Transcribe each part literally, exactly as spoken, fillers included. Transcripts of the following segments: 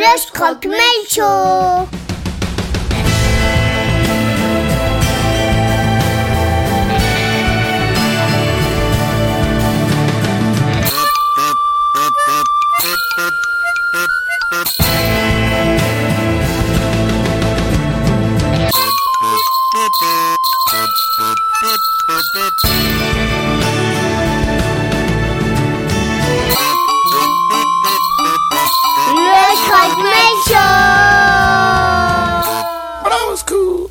Le Scroc-Mail Show. Le Scroc-Mail Show. That was cool.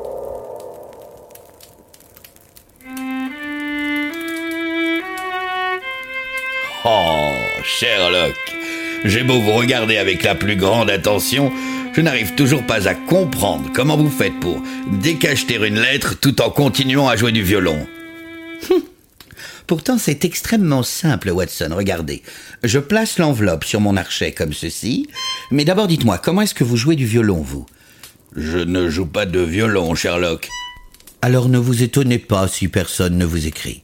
Oh, Sherlock, j'ai beau vous regarder avec la plus grande attention, je n'arrive toujours pas à comprendre comment vous faites pour décacheter une lettre tout en continuant à jouer du violon. Pourtant, c'est extrêmement simple, Watson. Regardez, je place l'enveloppe sur mon archet comme ceci. Mais d'abord, dites-moi, comment est-ce que vous jouez du violon, vous ? Je ne joue pas de violon, Sherlock. Alors ne vous étonnez pas si personne ne vous écrit.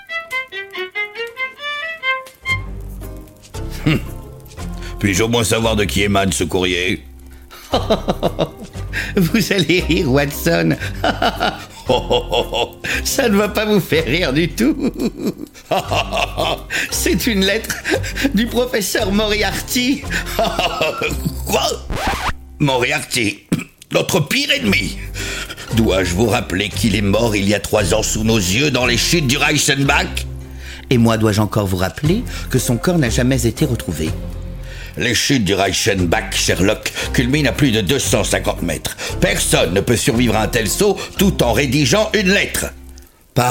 Hum. Puis-je au moins savoir de qui émane ce courrier ? Vous allez rire, Watson. Oh, oh, oh, oh. Ça ne va pas vous faire rire du tout. C'est une lettre du professeur Moriarty. Quoi ? Moriarty, notre pire ennemi. Dois-je vous rappeler qu'il est mort il y a trois ans sous nos yeux dans les chutes du Reichenbach ? Et moi, dois-je encore vous rappeler que son corps n'a jamais été retrouvé ? Les chutes du Reichenbach, Sherlock, culminent à plus de deux cent cinquante mètres. Personne ne peut survivre à un tel saut tout en rédigeant une lettre. Pardon ?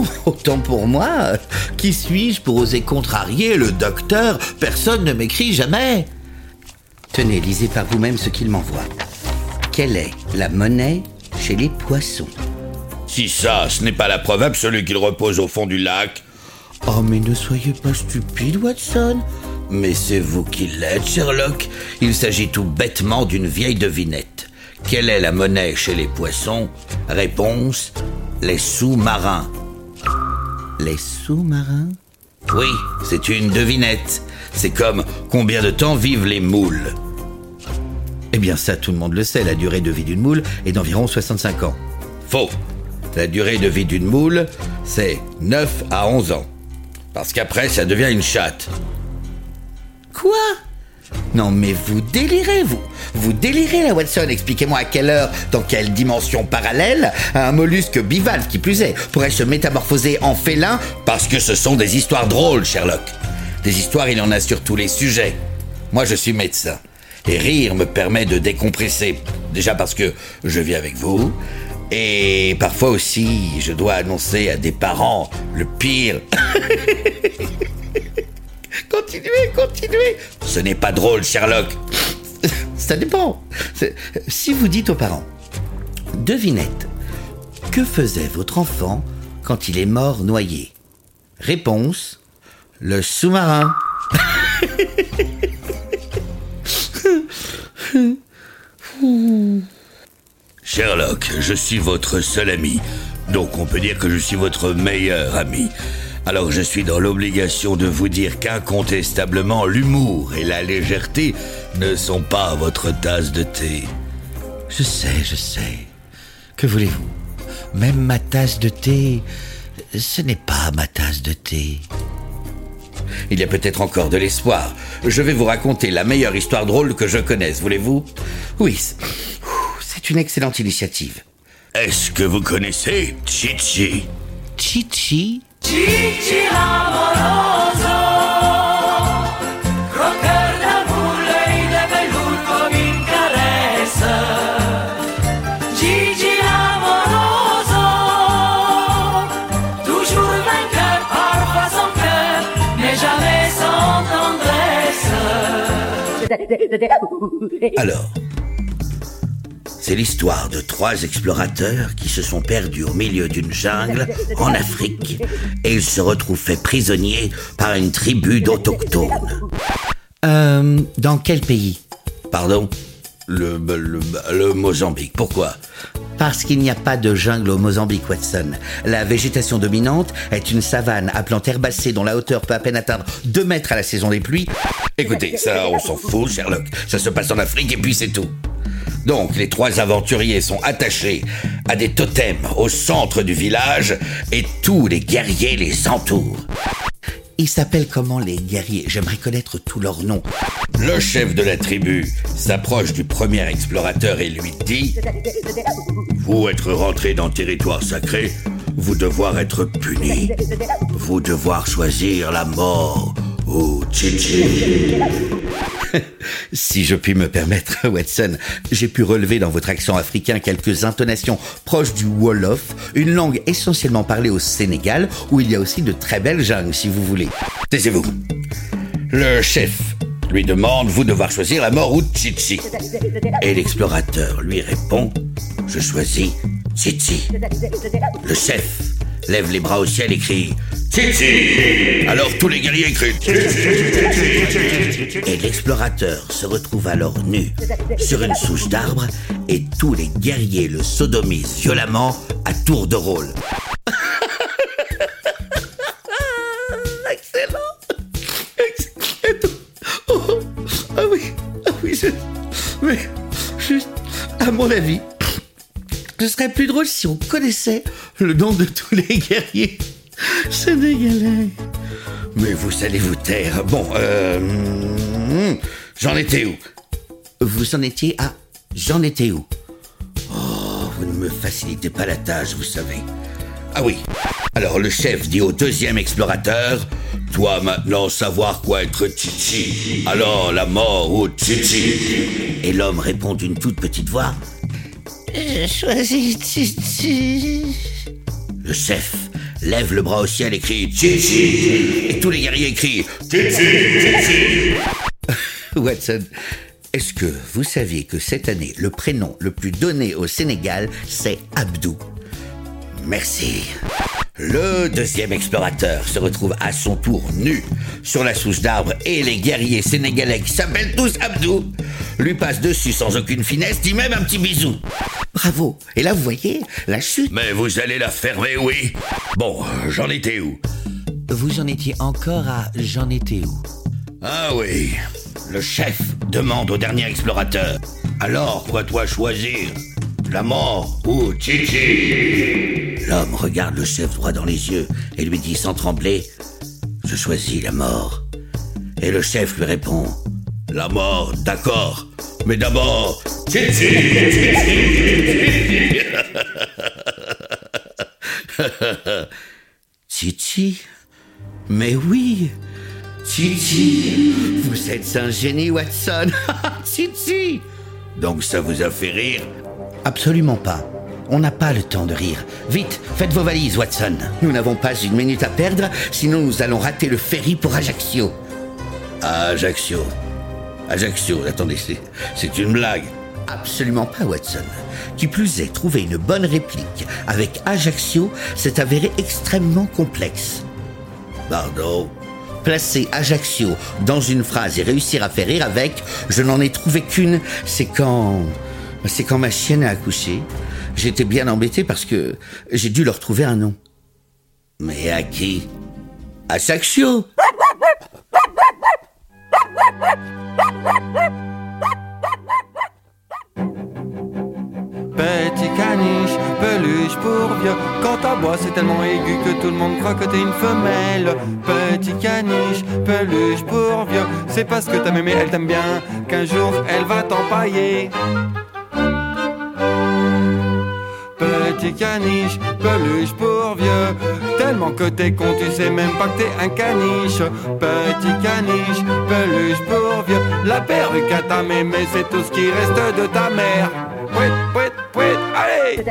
Autant pour moi. Qui suis-je pour oser contrarier le docteur ? Personne ne m'écrit jamais. Tenez, lisez par vous-même ce qu'il m'envoie. Quelle est la monnaie chez les poissons ? Si ça, ce n'est pas la preuve absolue qu'il repose au fond du lac. Oh, mais ne soyez pas stupide, Watson. Mais c'est vous qui l'êtes, Sherlock. Il s'agit tout bêtement d'une vieille devinette. Quelle est la monnaie chez les poissons ? Réponse, les sous-marins. Les sous-marins ? Oui, c'est une devinette. C'est comme combien de temps vivent les moules ? Eh bien ça, tout le monde le sait, la durée de vie d'une moule est d'environ soixante-cinq ans. Faux. La durée de vie d'une moule, c'est neuf à onze ans. Parce qu'après, ça devient une chatte. Quoi ? Non mais vous délirez, vous Vous délirez, la Watson. Expliquez-moi à quelle heure, dans quelle dimension parallèle, un mollusque bivalve, qui plus est, pourrait se métamorphoser en félin, parce que ce sont des histoires drôles, Sherlock. Des histoires, il y en a sur tous les sujets. Moi, je suis médecin. Et rire me permet de décompresser. Déjà parce que je vis avec vous. Et parfois aussi, je dois annoncer à des parents le pire. Continuez, continuez. Ce n'est pas drôle, Sherlock. Ça dépend. C'est... Si vous dites aux parents, devinette, que faisait votre enfant quand il est mort noyé ? Réponse, le sous-marin. Sherlock, je suis votre seul ami. Donc on peut dire que je suis votre meilleur ami. Alors je suis dans l'obligation de vous dire qu'incontestablement l'humour et la légèreté ne sont pas votre tasse de thé. Je sais, je sais. Que voulez-vous ? Même ma tasse de thé, ce n'est pas ma tasse de thé. Il y a peut-être encore de l'espoir. Je vais vous raconter la meilleure histoire drôle que je connaisse, voulez-vous ? Oui, c'est une excellente initiative. Est-ce que vous connaissez Chichi ? Chichi ? Chichi l'amoroso, croqueur d'amour, l'œil de velours comme une caresse. Chichi l'amoroso, toujours vainqueur, parfois sans cœur, mais jamais sans tendresse. Alors, c'est l'histoire de trois explorateurs qui se sont perdus au milieu d'une jungle en Afrique et ils se retrouvent faits prisonniers par une tribu d'autochtones. Euh, dans quel pays ? Pardon ? Le, le, le Mozambique. Pourquoi ? Parce qu'il n'y a pas de jungle au Mozambique, Watson. La végétation dominante est une savane à plantes herbacées dont la hauteur peut à peine atteindre deux mètres à la saison des pluies. Écoutez, ça, on s'en fout, Sherlock. Ça se passe en Afrique et puis c'est tout. Donc, les trois aventuriers sont attachés à des totems au centre du village et tous les guerriers les entourent. Ils s'appellent comment, les guerriers? J'aimerais connaître tous leurs noms. Le chef de la tribu s'approche du premier explorateur et lui dit « Vous être rentré dans le territoire sacré, vous devoir être puni. Vous devoir choisir la mort ou Chichi. » Si je puis me permettre, Watson, j'ai pu relever dans votre accent africain quelques intonations proches du Wolof, une langue essentiellement parlée au Sénégal, où il y a aussi de très belles jungles, si vous voulez. Taisez-vous. Le chef lui demande, vous devoir choisir la mort ou Chichi. Et l'explorateur lui répond, je choisis Chichi. Le chef lève les bras au ciel et crie Chichi. Alors tous les guerriers crient Chichi. Et l'explorateur se retrouve alors nu sur une souche d'arbre et tous les guerriers le sodomisent violemment à tour de rôle. Excellent. Excellent. Oh, ah oui, ah oui, je, mais juste à mon avis, ce serait plus drôle si on connaissait le nom de tous les guerriers sénégalais. Mais vous allez vous taire. Bon, euh... hmm, j'en étais où? Vous en étiez à... J'en étais où? Oh, vous ne me facilitez pas la tâche, vous savez. Ah oui. Alors le chef dit au deuxième explorateur, toi maintenant savoir quoi être Chichi. Alors la mort ou Chichi. Et l'homme répond d'une toute petite voix, je choisis Chichi. Le chef lève le bras au ciel et crie Chichi. Et tous les guerriers crient Chichi, Chichi. Watson, est-ce que vous saviez que cette année, le prénom le plus donné au Sénégal, c'est Abdou? Merci. Le deuxième explorateur se retrouve à son tour nu sur la souche d'arbre et les guerriers sénégalais qui s'appellent tous Abdou lui passent dessus sans aucune finesse, dit même un petit bisou. Bravo. Et là, vous voyez, la chute... Mais vous allez la fermer, oui. Bon, j'en étais où? Vous en étiez encore à j'en étais où? Ah oui. Le chef demande au dernier explorateur. Alors, quoi toi choisir? La mort ou Chichi? L'homme regarde le chef droit dans les yeux et lui dit sans trembler, je choisis la mort. Et le chef lui répond, la mort, d'accord, mais d'abord, Chichi. Chichi? Mais oui, Chichi. Vous êtes un génie, Watson. Chichi. Donc ça vous a fait rire? Absolument pas. On n'a pas le temps de rire. Vite, faites vos valises, Watson. Nous n'avons pas une minute à perdre, sinon nous allons rater le ferry pour Ajaccio. Ajaccio. Ajaccio, attendez, c'est, c'est une blague. Absolument pas, Watson. Qui plus est, trouver une bonne réplique avec Ajaccio s'est avéré extrêmement complexe. Pardon. Placer Ajaccio dans une phrase et réussir à faire rire avec « je n'en ai trouvé qu'une », c'est quand... c'est quand ma chienne a accouché. J'étais bien embêté parce que j'ai dû leur trouver un nom. Mais à qui? Ajaccio. Petit caniche, peluche pour vieux. Quand t'aboies c'est tellement aigu que tout le monde croit que t'es une femelle. Petit caniche, peluche pour vieux. C'est parce que ta mémé elle t'aime bien qu'un jour elle va t'empailler. Petit caniche, peluche pour vieux. Tellement que t'es con, tu sais même pas que t'es un caniche. Petit caniche, peluche pour vieux. La perruque à ta mémé, c'est tout ce qui reste de ta mère. Pouet, pouet, pouet, allez!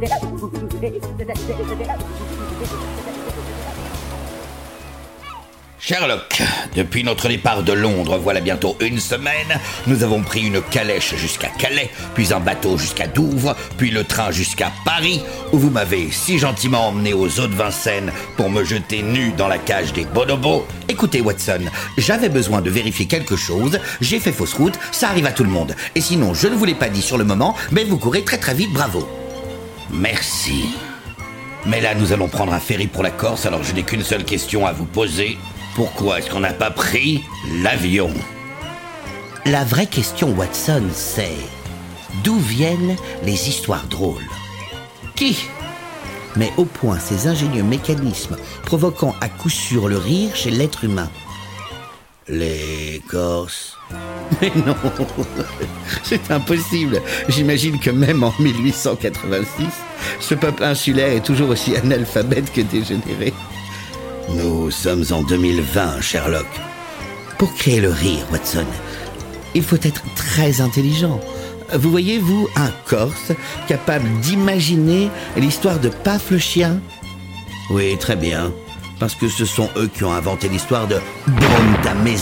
Sherlock, depuis notre départ de Londres, voilà bientôt une semaine, nous avons pris une calèche jusqu'à Calais, puis un bateau jusqu'à Douvres, puis le train jusqu'à Paris, où vous m'avez si gentiment emmené aux eaux de Vincennes pour me jeter nu dans la cage des bonobos. Écoutez, Watson, j'avais besoin de vérifier quelque chose, j'ai fait fausse route, ça arrive à tout le monde. Et sinon, je ne vous l'ai pas dit sur le moment, mais vous courez très très vite, bravo. Merci. Mais là, nous allons prendre un ferry pour la Corse, alors je n'ai qu'une seule question à vous poser. Pourquoi est-ce qu'on n'a pas pris l'avion ? La vraie question, Watson, c'est d'où viennent les histoires drôles ? Qui met au point ces ingénieux mécanismes provoquant à coup sûr le rire chez l'être humain ? Les Corses. Mais non, c'est impossible. J'imagine que même en mille huit cent quatre-vingt-six, ce peuple insulaire est toujours aussi analphabète que dégénéré. Nous sommes en deux mille vingt, Sherlock. Pour créer le rire, Watson, il faut être très intelligent. Vous voyez, vous, un Corse capable d'imaginer l'histoire de Paf le chien ? Oui, très bien. Parce que ce sont eux qui ont inventé l'histoire de « Bombe ta maison ».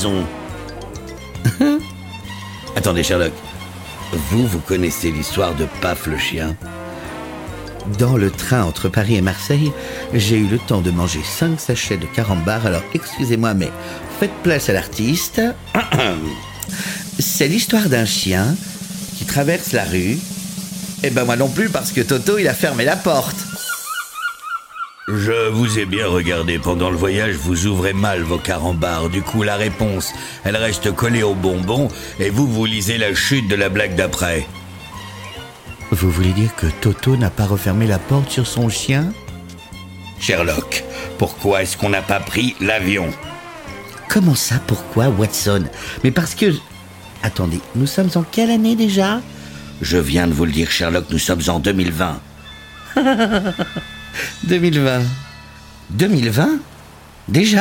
Attendez, Sherlock. Vous, vous connaissez l'histoire de Paf le chien ? Dans le train entre Paris et Marseille, j'ai eu le temps de manger cinq sachets de carambar, alors excusez-moi, mais faites place à l'artiste. C'est l'histoire d'un chien qui traverse la rue. Eh ben moi non plus, parce que Toto, il a fermé la porte. Je vous ai bien regardé pendant le voyage, vous ouvrez mal vos carambars. Du coup, la réponse, elle reste collée au bonbon et vous, vous lisez la chute de la blague d'après. Vous voulez dire que Toto n'a pas refermé la porte sur son chien ? Sherlock, pourquoi est-ce qu'on n'a pas pris l'avion ? Comment ça, pourquoi, Watson ? Mais parce que... Attendez, nous sommes en quelle année déjà ? Je viens de vous le dire, Sherlock, nous sommes en deux mille vingt. deux mille vingt. deux mille vingt ? Déjà ?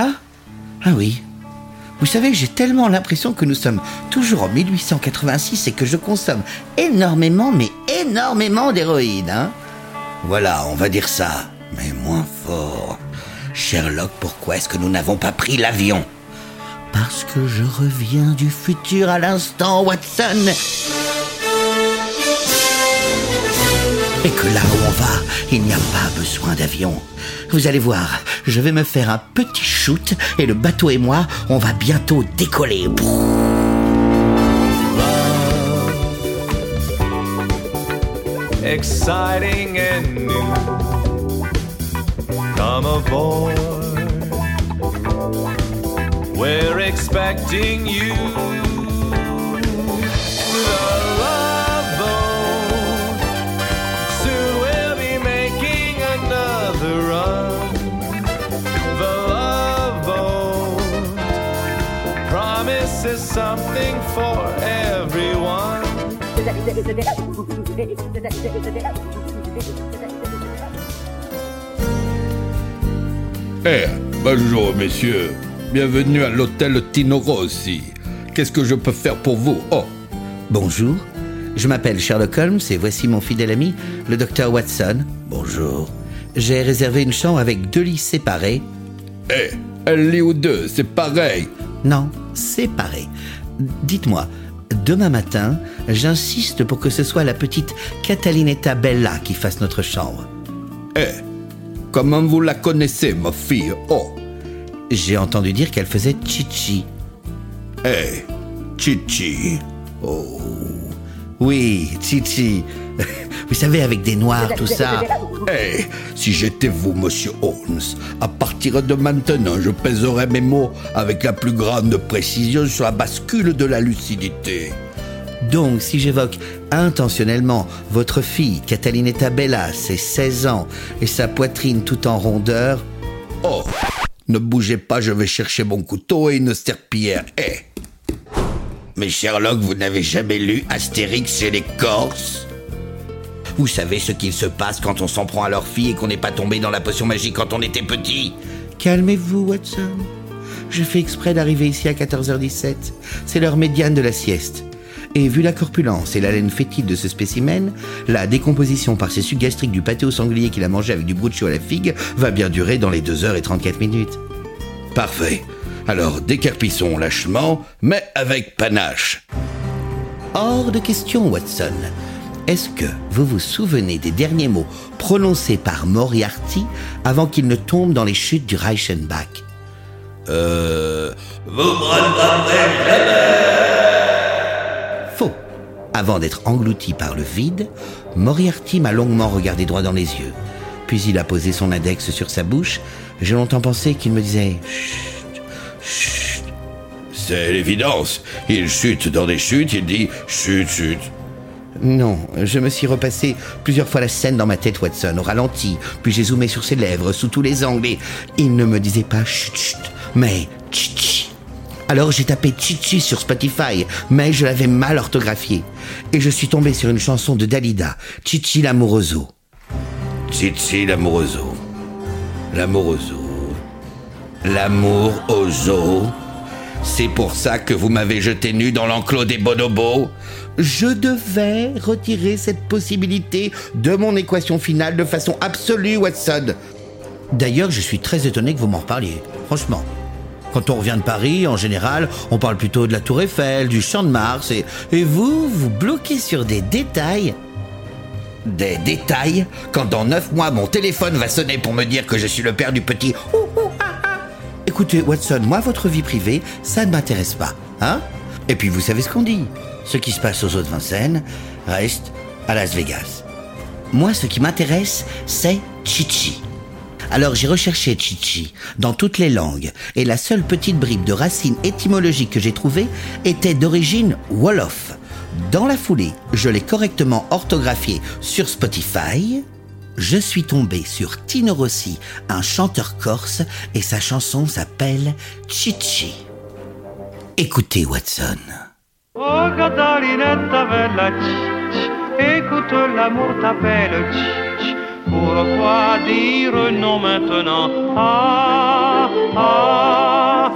Ah oui. Vous savez, j'ai tellement l'impression que nous sommes toujours en mille huit cent quatre-vingt-six et que je consomme énormément, mais énormément d'héroïne, hein ? Voilà, on va dire ça, mais moins fort. Sherlock, pourquoi est-ce que nous n'avons pas pris l'avion ? Parce que je reviens du futur à l'instant, Watson. Et que là où on va, il n'y a pas besoin d'avion. Vous allez voir, je vais me faire un petit shoot et le bateau et moi, on va bientôt décoller. Exciting and new. Come aboard. We're expecting you. Is something for everyone. Eh, bonjour messieurs. Bienvenue à l'hôtel Tino Rossi. Qu'est-ce que je peux faire pour vous ? Oh. Bonjour, je m'appelle Sherlock Holmes et voici mon fidèle ami, le docteur Watson. Bonjour. J'ai réservé une chambre avec deux lits séparés. Eh, un lit ou deux, c'est pareil. Non, séparés. Dites-moi, demain matin, j'insiste pour que ce soit la petite Catalinetta Bella qui fasse notre chambre. Eh, comment vous la connaissez, ma fille ? Oh. J'ai entendu dire qu'elle faisait chichi. Eh, chichi. Oh. Oui, chichi. Vous savez, avec des noirs, tout ça. Eh, si j'étais vous, monsieur Holmes, à partir de maintenant, je pèserais mes mots avec la plus grande précision sur la bascule de la lucidité. Donc, si j'évoque intentionnellement votre fille, Catalinetta Bella, ses seize ans, et sa poitrine tout en rondeur... Oh, ne bougez pas, je vais chercher mon couteau et une serpillière. Eh. Mais Sherlock, vous n'avez jamais lu Astérix chez les Corses ? Vous savez ce qu'il se passe quand on s'en prend à leur fille et qu'on n'est pas tombé dans la potion magique quand on était petit ? Calmez-vous, Watson. Je fais exprès d'arriver ici à quatorze heures dix-sept. C'est l'heure médiane de la sieste. Et vu la corpulence et l'haleine fétide de ce spécimen, la décomposition par ses sucs gastriques du pâté au sanglier qu'il a mangé avec du bruschio à la figue va bien durer dans les deux heures et trente-quatre minutes. Parfait. Alors décarpissons lâchement, mais avec panache. Hors de question, Watson. Est-ce que vous vous souvenez des derniers mots prononcés par Moriarty avant qu'il ne tombe dans les chutes du Reichenbach ? Euh... Vous me rattraperez jamais ! Faux. Avant d'être englouti par le vide, Moriarty m'a longuement regardé droit dans les yeux. Puis il a posé son index sur sa bouche. J'ai longtemps pensé qu'il me disait « Chut, chut ». C'est l'évidence. Il chute dans des chutes, il dit chut, chut. Non, je me suis repassé plusieurs fois la scène dans ma tête, Watson, au ralenti. Puis j'ai zoomé sur ses lèvres, sous tous les angles. Et il ne me disait pas chut, chut, mais chichi. Alors j'ai tapé chichi sur Spotify, mais je l'avais mal orthographié. Et je suis tombé sur une chanson de Dalida, Chichi l'amoroso. Chichi l'amoroso. L'amoroso. L'amour au zoo. C'est pour ça que vous m'avez jeté nu dans l'enclos des bonobos. Je devais retirer cette possibilité de mon équation finale de façon absolue, Watson. D'ailleurs, je suis très étonné que vous m'en reparliez, franchement. Quand on revient de Paris, en général, on parle plutôt de la Tour Eiffel, du Champ de Mars, et, et vous, vous bloquez sur des détails. Des détails? Quand dans neuf mois, mon téléphone va sonner pour me dire que je suis le père du petit... Ouh, ouh, ah, ah. Écoutez, Watson, moi, votre vie privée, ça ne m'intéresse pas, hein? Et puis, vous savez ce qu'on dit. Ce qui se passe aux eaux de Vincennes reste à Las Vegas. Moi, ce qui m'intéresse, c'est Chichi. Alors, j'ai recherché Chichi dans toutes les langues, et la seule petite bribe de racine étymologique que j'ai trouvée était d'origine Wolof. Dans la foulée, je l'ai correctement orthographié sur Spotify. Je suis tombé sur Tino Rossi, un chanteur corse, et sa chanson s'appelle Chichi. Écoutez, Watson. Oh Catalinetta bella Cicci, écoute l'amour t'appelle Cicci. Pourquoi dire non maintenant? Ah, ah.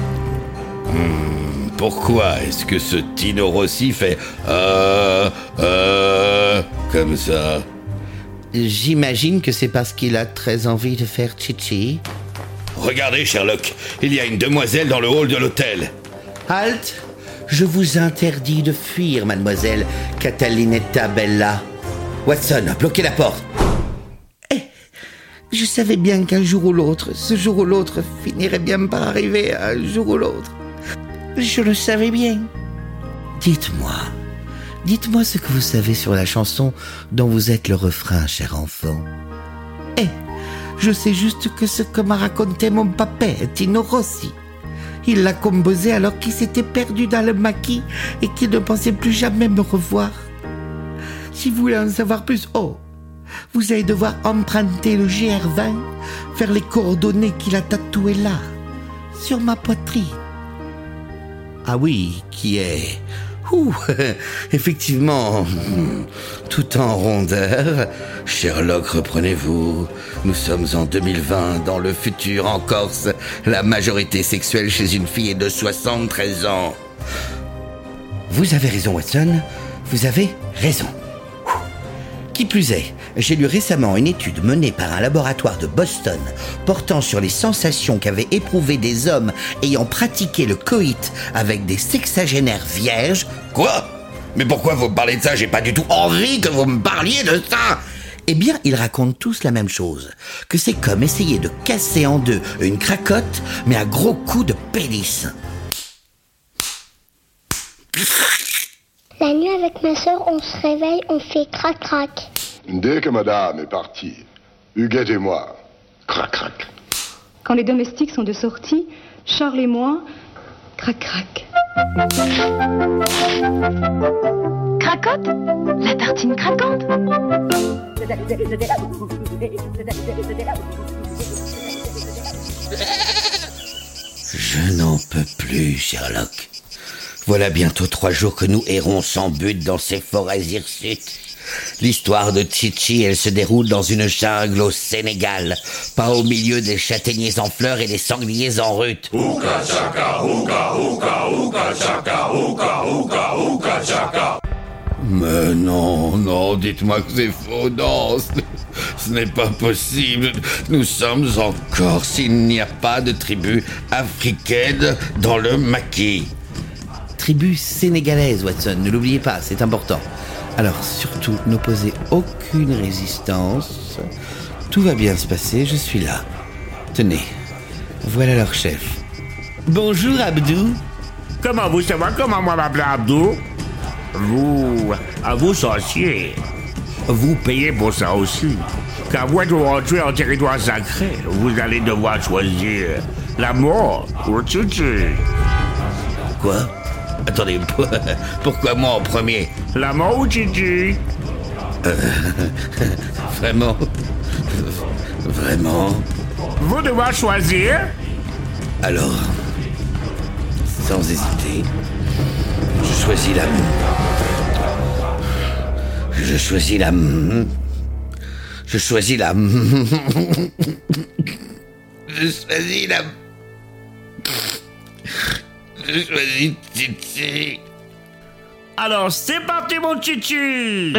Hmm, pourquoi est-ce que ce Tino Rossi fait euh, euh, comme ça? J'imagine que c'est parce qu'il a très envie de faire Chichi. Regardez, Sherlock, il y a une demoiselle dans le hall de l'hôtel. Halt! Je vous interdis de fuir, mademoiselle Catalinetta Bella. Watson, bloquez la porte. Eh, je savais bien qu'un jour ou l'autre, ce jour ou l'autre finirait bien par arriver, un jour ou l'autre. Je le savais bien. Dites-moi, dites-moi ce que vous savez sur la chanson dont vous êtes le refrain, cher enfant. Eh, je sais juste que ce que m'a raconté mon papa, Tino Rossi. Il l'a composé alors qu'il s'était perdu dans le maquis et qu'il ne pensait plus jamais me revoir. Si vous voulez en savoir plus, oh, vous allez devoir emprunter le G R vingt, faire les coordonnées qu'il a tatouées là, sur ma poitrine. Ah oui, qui est... Ouh, effectivement, tout en rondeur. Sherlock, reprenez-vous. Nous sommes en deux mille vingt, dans le futur, en Corse. La majorité sexuelle chez une fille est de soixante-treize ans. Vous avez raison, Watson. Vous avez raison. Qui plus est, j'ai lu récemment une étude menée par un laboratoire de Boston portant sur les sensations qu'avaient éprouvées des hommes ayant pratiqué le coït avec des sexagénaires vierges. Quoi? Mais pourquoi vous me parlez de ça? J'ai pas du tout envie que vous me parliez de ça. Eh bien, ils racontent tous la même chose, que c'est comme essayer de casser en deux une cracotte, mais à gros coups de pénis. La nuit avec ma sœur, on se réveille, on fait crac-crac. Dès que madame est partie, Huguette et moi, crac-crac. Quand les domestiques sont de sortie, Charles et moi, crac-crac. Cracotte? La tartine craquante? Je n'en peux plus, Sherlock. Voilà bientôt trois jours que nous errons sans but dans ces forêts hirsutes. L'histoire de Chichi, elle se déroule dans une jungle au Sénégal, pas au milieu des châtaigniers en fleurs et des sangliers en rut. Ouka chaka, ouka, ouka, ouka chaka, ouka, ouka, ouka chaka. Mais non, non, dites-moi que c'est faux, non, ce, ce n'est pas possible. Nous sommes en Corse, il n'y a pas de tribu africaine dans le maquis. Tribu sénégalaise, Watson, ne l'oubliez pas, c'est important. Alors surtout, n'opposez aucune résistance. Tout va bien se passer, je suis là. Tenez, voilà leur chef. Bonjour Abdou. Comment vous, ça va? Comment moi m'appeler Abdou? Vous... à vous sorciers. Vous payez pour ça aussi. Car avant de rentrer en territoire sacré, vous allez devoir choisir la mort ou le tchou-tchou. Quoi? Attendez, pourquoi moi en premier? La mort ou tchou-tchou? Euh, vraiment? Vraiment? Vous devez choisir. Alors, sans hésiter, je choisis la... Je choisis la... Je choisis la... Je choisis la... Je choisis Titi. Alors, c'est parti, mon Titi.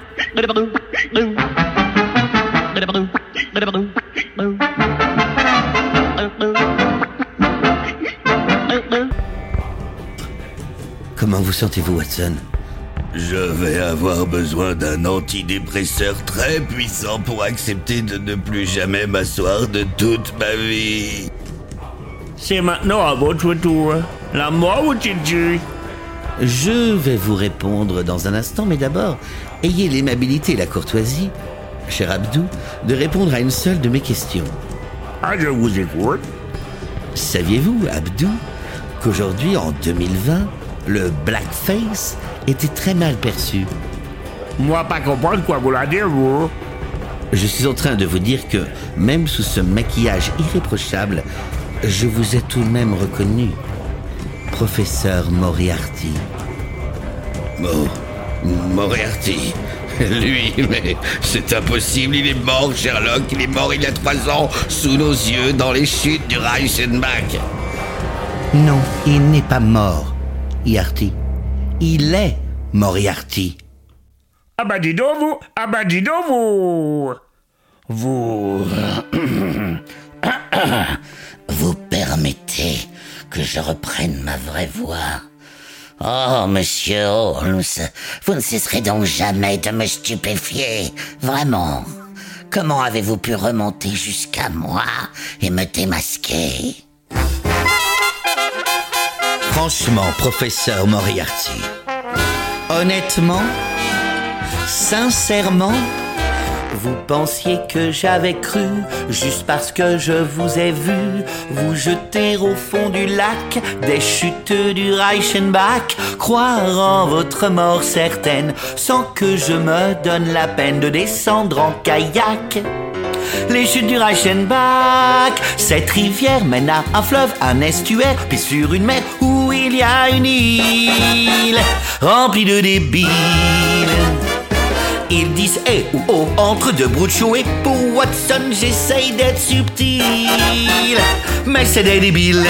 Comment vous sentez-vous, Watson? Je vais avoir besoin d'un antidépresseur très puissant pour accepter de ne plus jamais m'asseoir de toute ma vie. C'est maintenant à votre tour. La mort ou Titi? Je vais vous répondre dans un instant, mais d'abord, ayez l'aimabilité et la courtoisie, cher Abdou, de répondre à une seule de mes questions. Ah, je vous écoute. Saviez-vous, Abdou, qu'aujourd'hui, en deux mille vingt, le blackface était très mal perçu? Moi, pas comprendre quoi vous la dire, vous. Je suis en train de vous dire que, même sous ce maquillage irréprochable, je vous ai tout de même reconnu. Professeur Moriarty. Mo... Moriarty. Lui, mais c'est impossible, il est mort, Sherlock, il est mort il y a trois ans, sous nos yeux, dans les chutes du Reichenbach. Non, il n'est pas mort, Moriarty. Il est Moriarty. Ah bah dis donc vous, ah bah dis donc vous. Vous... Vous permettez que je reprenne ma vraie voix? Oh, monsieur Holmes, vous ne cesserez donc jamais de me stupéfier. Vraiment. Comment avez-vous pu remonter jusqu'à moi et me démasquer? Franchement, professeur Moriarty, honnêtement, sincèrement, vous pensiez que j'avais cru, juste parce que je vous ai vu, vous jeter au fond du lac des chutes du Reichenbach, croire en votre mort certaine, sans que je me donne la peine de descendre en kayak. Les chutes du Reichenbach, cette rivière mène à un fleuve, un estuaire, puis sur une mer où il y a une île remplie de débiles. Ils disent eh ou oh entre deux brous de chou, et pour Watson j'essaye d'être subtil, mais c'est des débiles.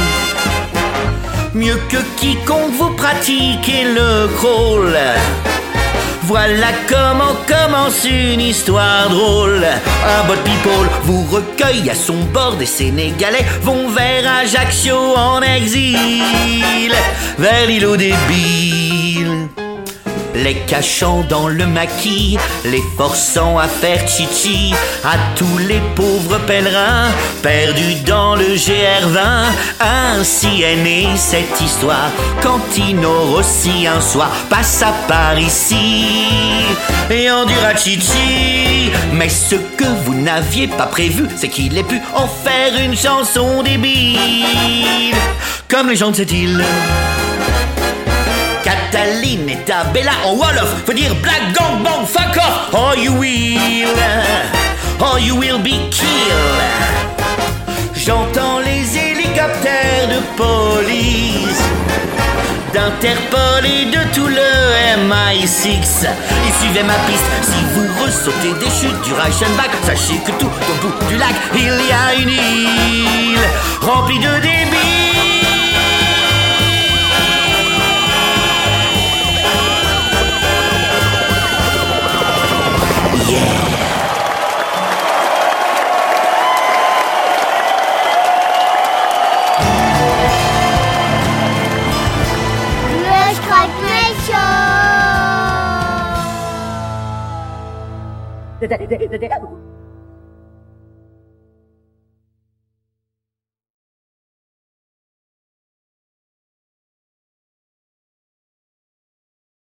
Mieux que quiconque vous pratiquez le crawl. Voilà comment commence une histoire drôle. Un bot people vous recueille à son bord, des Sénégalais vont vers Ajaccio en exil, vers l'îlot des Billes. Les cachant dans le maquis, les forçant à faire chichi, à tous les pauvres pèlerins perdus dans le G R vingt. Ainsi est née cette histoire quand Tino Rossi un soir passa par ici et endura chichi. Mais ce que vous n'aviez pas prévu, c'est qu'il ait pu en faire une chanson débile, comme les gens de cette île. Cataline et Tabella en Wolof veut dire Black Gang Bang fuck off, or you will, or you will be killed. J'entends les hélicoptères de police, d'Interpol et de tout le M I six. Ils suivaient ma piste. Si vous ressautez des chutes du Reichenbach, sachez que tout au bout du lac il y a une île remplie de débiles. Le